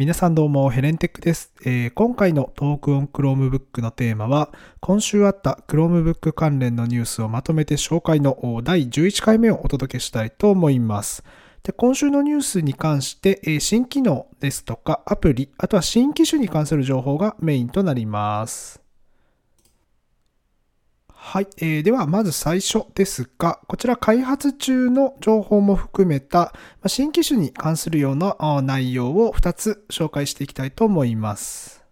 皆さんどうも、ヘレンテックです。今回のトークオン Chromebook のテーマは、今週あった Chromebook 関連のニュースをまとめて紹介の第11回目をお届けしたいと思います。で、今週のニュースに関して、新機能ですとかアプリ、あとは新機種に関する情報がメインとなります。はい、ではまず最初ですが、こちら開発中の情報も含めた新機種に関するような内容を2つ紹介していきたいと思います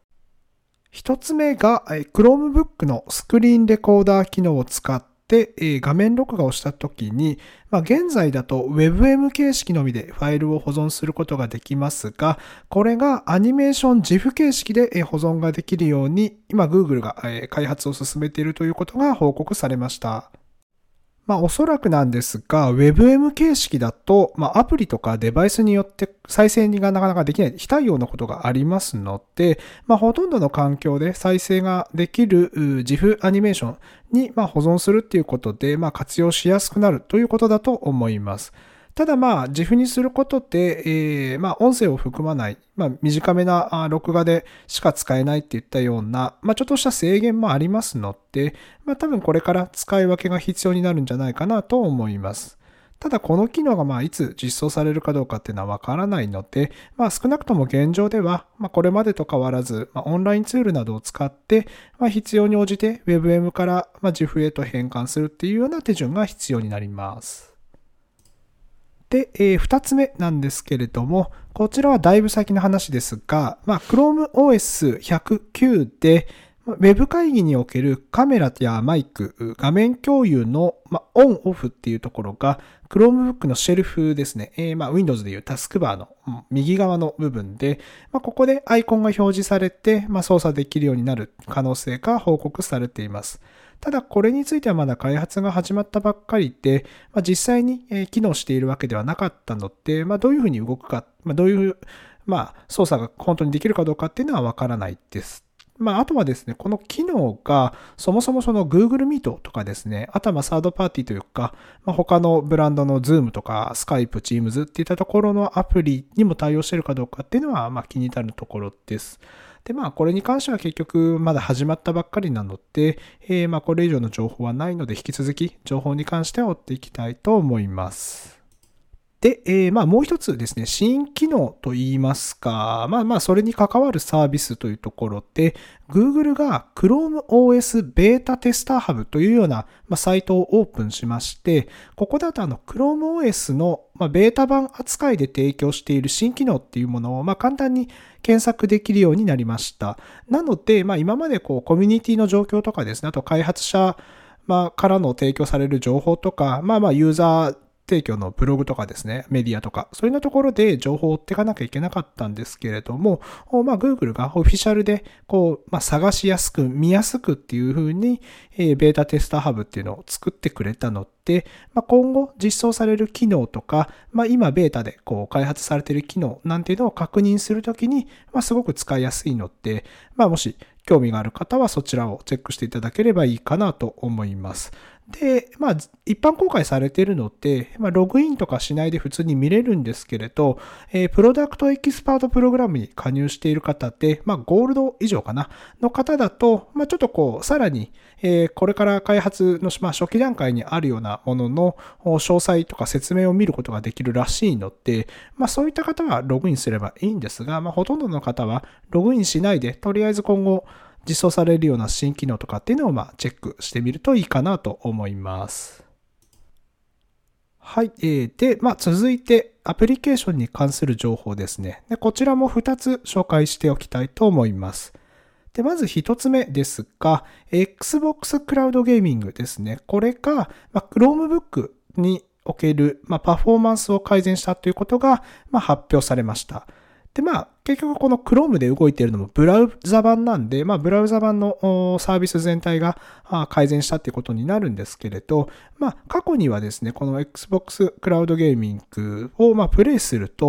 。1つ目が Chromebook のスクリーンレコーダー機能を使って画面録画をしたときに、現在だと WebM 形式のみでファイルを保存することができますが、これがアニメーション GIF 形式で保存ができるように、今 Google が開発を進めているということが報告されました。おそらくなんですが、WebM 形式だと、アプリとかデバイスによって再生がなかなかできない、非対応のことがありますので、ほとんどの環境で再生ができる GIF アニメーションに保存するっていうことで、活用しやすくなるということだと思います。ただGIF にすることで、音声を含まない、短めな録画でしか使えないっていったような、ちょっとした制限もありますので、多分これから使い分けが必要になるんじゃないかなと思います。ただこの機能がいつ実装されるかどうかっていうのはわからないので、少なくとも現状では、これまでと変わらず、オンラインツールなどを使って、必要に応じて WebM から GIF へと変換するっていうような手順が必要になります。で、2つ目なんですけれども、こちらはだいぶ先の話ですが、ChromeOS 109で、ウェブ会議におけるカメラやマイク、画面共有の、オンオフっていうところが、Chromebook のシェルフですね。Windows でいうタスクバーの右側の部分で、ここでアイコンが表示されて、操作できるようになる可能性が報告されています。ただこれについてはまだ開発が始まったばっかりで、実際に機能しているわけではなかったので、どういうふうに動くか、どういう、操作が本当にできるかどうかっていうのはわからないです。あとはですね、この機能がそもそもその Google Meet とかですね、あとはサードパーティーというか、他のブランドの Zoom とか Skype、Teams っていったところのアプリにも対応しているかどうかっていうのは気になるところです。で、これに関しては結局まだ始まったばっかりなので、これ以上の情報はないので引き続き情報に関しては追っていきたいと思います。で、もう一つですね、新機能といいますか、それに関わるサービスというところで、Google が ChromeOS ベータテスターハブというようなサイトをオープンしまして、ここだとChromeOS のベータ版扱いで提供している新機能っていうものを簡単に検索できるようになりました。なので、今までコミュニティの状況とかですね、あと開発者からの提供される情報とか、ユーザー提供のブログとかですね、メディアとか、そういうところで情報を追っていかなきゃいけなかったんですけれども、Google がオフィシャルで、探しやすく、見やすくっていう風に、ベータテスターハブっていうのを作ってくれたので、今後実装される機能とか、今ベータで開発されている機能なんていうのを確認するときに、すごく使いやすいので、もし興味がある方はそちらをチェックしていただければいいかなと思います。で、一般公開されているので、ログインとかしないで普通に見れるんですけれど、プロダクトエキスパートプログラムに加入している方で、ゴールド以上かな、の方だと、ちょっとさらに、これから開発の、初期段階にあるようなものの詳細とか説明を見ることができるらしいので、そういった方はログインすればいいんですが、ほとんどの方はログインしないで、とりあえず今後、実装されるような新機能とかっていうのをチェックしてみるといいかなと思います。はい。で、続いてアプリケーションに関する情報ですね。で、こちらも2つ紹介しておきたいと思います。で、まず1つ目ですが、Xbox Cloud Gaming ですね。これが、Chromebook における、パフォーマンスを改善したということが、発表されました。で、結局この Chrome で動いているのもブラウザ版なんで、ブラウザ版のサービス全体が改善したっていうことになるんですけれど、過去にはですね、この Xbox Cloud Gaming をプレイすると、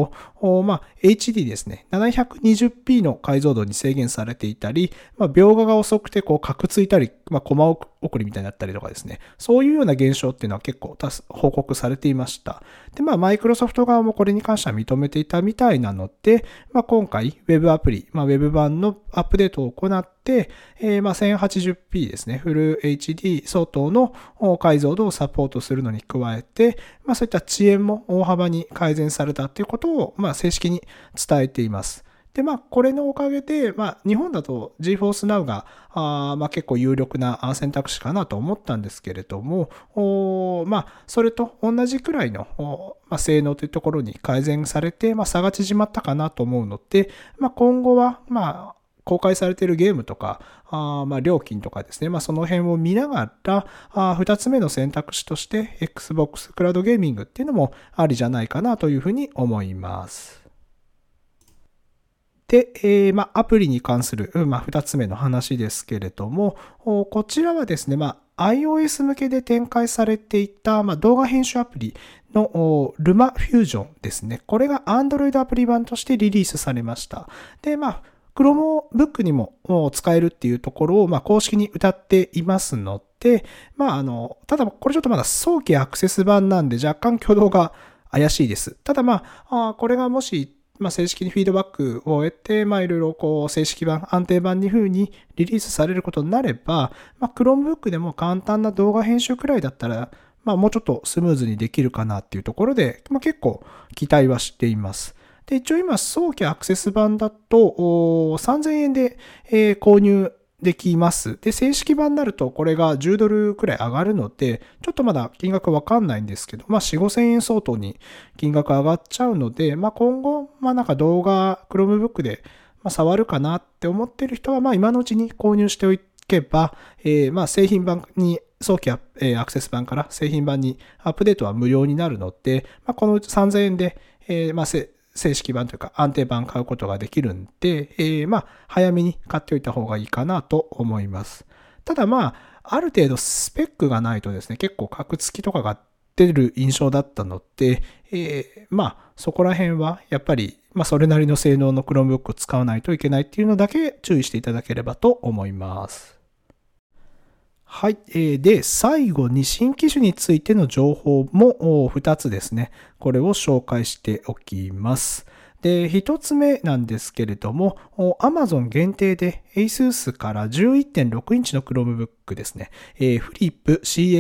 HD ですね、720p の解像度に制限されていたり、描画が遅くてカクついたり、コマ送りみたいになったりとかですね、そういうような現象っていうのは結構報告されていました。で、マイクロソフト側もこれに関しては認めていたみたいなので、今回 Web アプリ、Web 版のアップデートを行って、1080p ですね、フル HD 相当の解像度をサポートするのに加えて、そういった遅延も大幅に改善されたということを、正式に伝えています。で、これのおかげで、日本だと GeForce Now が、結構有力な選択肢かなと思ったんですけれども、それと同じくらいの、性能というところに改善されて、差が縮まったかなと思うので、今後は、公開されているゲームとか、料金とかですね、その辺を見ながら、2つ目の選択肢として Xbox クラウドゲーミングっていうのもありじゃないかなというふうに思います。で、アプリに関する、2つ目の話ですけれども、こちらはですね、iOS 向けで展開されていた、動画編集アプリの LumaFusion ですね。これが Android アプリ版としてリリースされました。で、Chromebook にも使えるっていうところを、公式に謳っていますので、ただこれちょっとまだ早期アクセス版なんで若干挙動が怪しいです。ただこれがもし、正式にフィードバックを得て、いろいろ正式版、安定版に風にリリースされることになれば、Chromebook でも簡単な動画編集くらいだったら、もうちょっとスムーズにできるかなっていうところで、結構期待はしています。で、一応今、早期アクセス版だと、3000円で、購入できます。で、正式版になると、これが10ドルくらい上がるので、ちょっとまだ金額わかんないんですけど、4、5000円相当に金額上がっちゃうので、今後、動画、Chromebook で、触るかなって思ってる人は、今のうちに購入しておけば、製品版に、早期アクセス版から製品版にアップデートは無料になるので、この3000円で、正式版というか安定版買うことができるんで、早めに買っておいた方がいいかなと思います。ただある程度スペックがないとですね、結構カクつきとかが出る印象だったので、そこら辺はやっぱり、それなりの性能の Chromebook を使わないといけないっていうのだけ注意していただければと思います。はい。で、最後に新機種についての情報も2つですね。これを紹介しておきます。で、1つ目なんですけれども、Amazon 限定で ASUS から 11.6 インチの Chromebook ですね。フリップ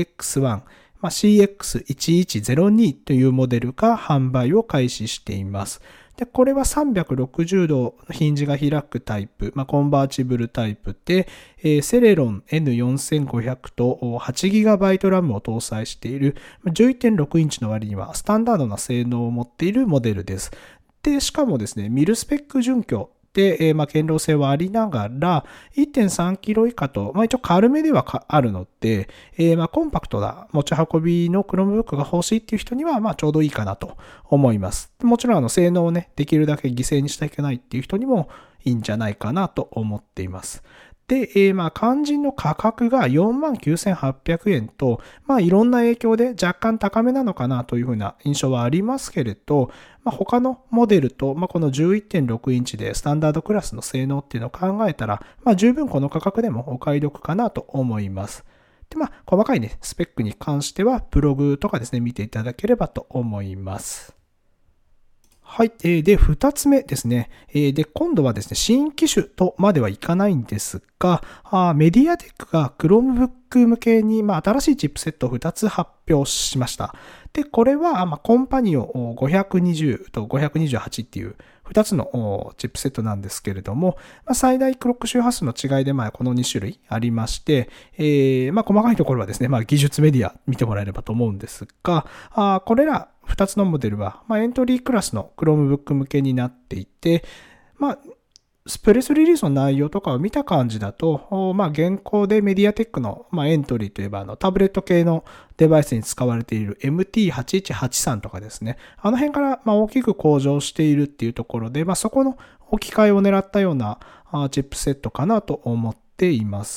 CX1、CX1102 というモデルが販売を開始しています。で、これは360度ヒンジが開くタイプ、コンバーチブルタイプで、セレロン N4500 と 8GB RAM を搭載している 11.6 インチの割にはスタンダードな性能を持っているモデルです。で、しかもですね、ミルスペック準拠で、堅牢性はありながら、1.3 キロ以下と、一応軽めではあるので、コンパクトな持ち運びの Chromebook が欲しいっていう人には、ちょうどいいかなと思います。もちろん、性能をね、できるだけ犠牲にしてはいけないっていう人にもいいんじゃないかなと思っています。で、肝心の価格が 49,800 円と、いろんな影響で若干高めなのかなというふうな印象はありますけれど、他のモデルと、この 11.6 インチでスタンダードクラスの性能っていうのを考えたら、十分この価格でもお買い得かなと思います。で、細かいね、スペックに関しては、ブログとかですね、見ていただければと思います。はい。で、2つ目ですね。で、今度はですね、新機種とまではいかないんですが、メディアテックが Chromebook 向けに、新しいチップセットを2つ発表しました。で、これは、コンパニオ520と528っていう2つのチップセットなんですけれども、最大クロック周波数の違いで、この2種類ありまして、細かいところはですね、技術メディア見てもらえればと思うんですが、これら2つのモデルは、エントリークラスの Chromebook 向けになっていて、プレスリリースの内容とかを見た感じだと、現行でメディアテックの、エントリーといえばタブレット系のデバイスに使われている MT8183 とかですね、あの辺から大きく向上しているっていうところで、そこの置き換えを狙ったようなチップセットかなと思っています。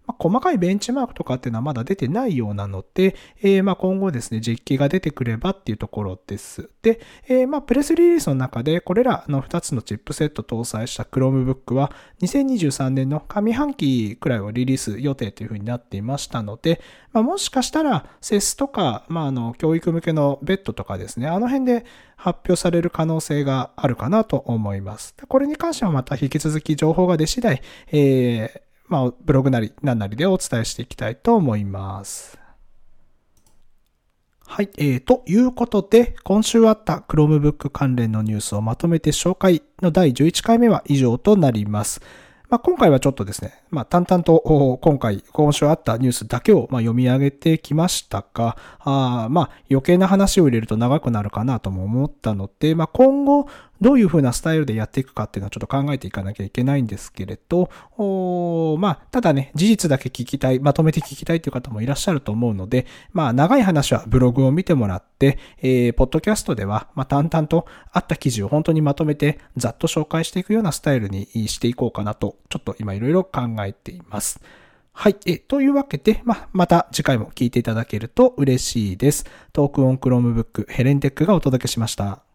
細かいベンチマークとかっていうのはまだ出てないようなので、今後ですね、実機が出てくればっていうところです。で、プレスリリースの中でこれらの2つのチップセット搭載した Chromebook は2023年の上半期くらいをリリース予定というふうになっていましたので、もしかしたら CES とか、教育向けのベッドとかですね、あの辺で発表される可能性があるかなと思います。これに関してはまた引き続き情報が出次第、ブログなり何なりでお伝えしていきたいと思います。はい、ということで、今週あった Chromebook 関連のニュースをまとめて紹介の第11回目は以上となります。今回はちょっとですね、淡々と今週あったニュースだけを読み上げてきましたが、余計な話を入れると長くなるかなとも思ったので、今後どういう風なスタイルでやっていくかっていうのはちょっと考えていかなきゃいけないんですけれど、ただね、事実だけ聞きたい、まとめて聞きたいという方もいらっしゃると思うので、長い話はブログを見てもらって、ポッドキャストでは、淡々とあった記事を本当にまとめてざっと紹介していくようなスタイルにしていこうかなと、ちょっと今いろいろ考えています。はい。というわけで、また次回も聞いていただけると嬉しいです。トークオンクロームブックヘレンテックがお届けしました。